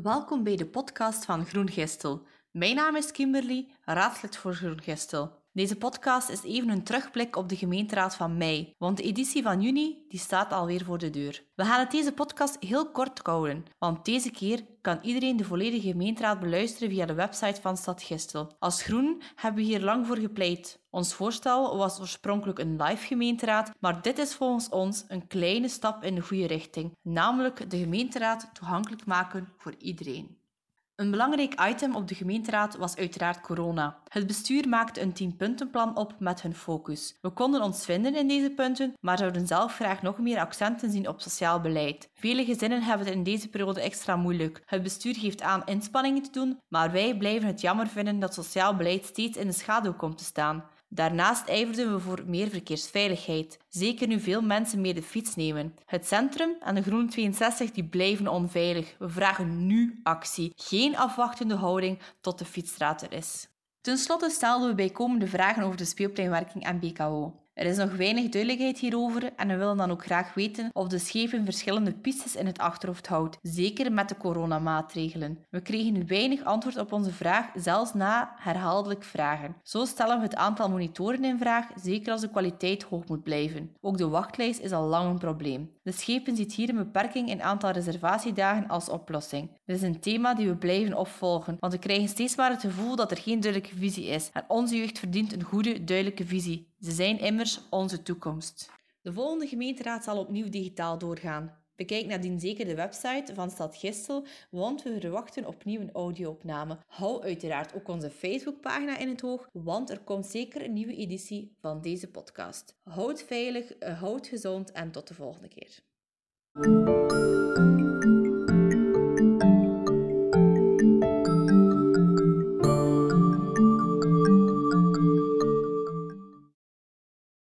Welkom bij de podcast van Groen Gistel. Mijn naam is Kimberly, raadslid voor Groen Gistel. Deze podcast is even een terugblik op de gemeenteraad van mei, want de editie van juni die staat alweer voor de deur. We gaan het deze podcast heel kort houden, want deze keer kan iedereen de volledige gemeenteraad beluisteren via de website van Stad Gistel. Als Groen hebben we hier lang voor gepleit. Ons voorstel was oorspronkelijk een live gemeenteraad, maar dit is volgens ons een kleine stap in de goede richting, namelijk de gemeenteraad toegankelijk maken voor iedereen. Een belangrijk item op de gemeenteraad was uiteraard corona. Het bestuur maakte een 10-puntenplan op met hun focus. We konden ons vinden in deze punten, maar zouden zelf graag nog meer accenten zien op sociaal beleid. Vele gezinnen hebben het in deze periode extra moeilijk. Het bestuur geeft aan inspanningen te doen, maar wij blijven het jammer vinden dat sociaal beleid steeds in de schaduw komt te staan. Daarnaast ijverden we voor meer verkeersveiligheid. Zeker nu veel mensen meer de fiets nemen. Het centrum en de Groene 62 die blijven onveilig. We vragen nu actie. Geen afwachtende houding tot de fietsstraat er is. Ten slotte stelden we bijkomende vragen over de speelpleinwerking en BKO. Er is nog weinig duidelijkheid hierover en we willen dan ook graag weten of de schepen verschillende pistes in het achterhoofd houdt, zeker met de coronamaatregelen. We kregen weinig antwoord op onze vraag, zelfs na herhaaldelijk vragen. Zo stellen we het aantal monitoren in vraag, zeker als de kwaliteit hoog moet blijven. Ook de wachtlijst is al lang een probleem. De schepen ziet hier een beperking in aantal reservatiedagen als oplossing. Dit is een thema die we blijven opvolgen, want we krijgen steeds maar het gevoel dat er geen duidelijke visie is en onze jeugd verdient een goede, duidelijke visie. Ze zijn immers onze toekomst. De volgende gemeenteraad zal opnieuw digitaal doorgaan. Bekijk nadien zeker de website van Stad Gistel, want we verwachten opnieuw een audio-opname. Hou uiteraard ook onze Facebookpagina in het oog, want er komt zeker een nieuwe editie van deze podcast. Houd veilig, houd gezond en tot de volgende keer.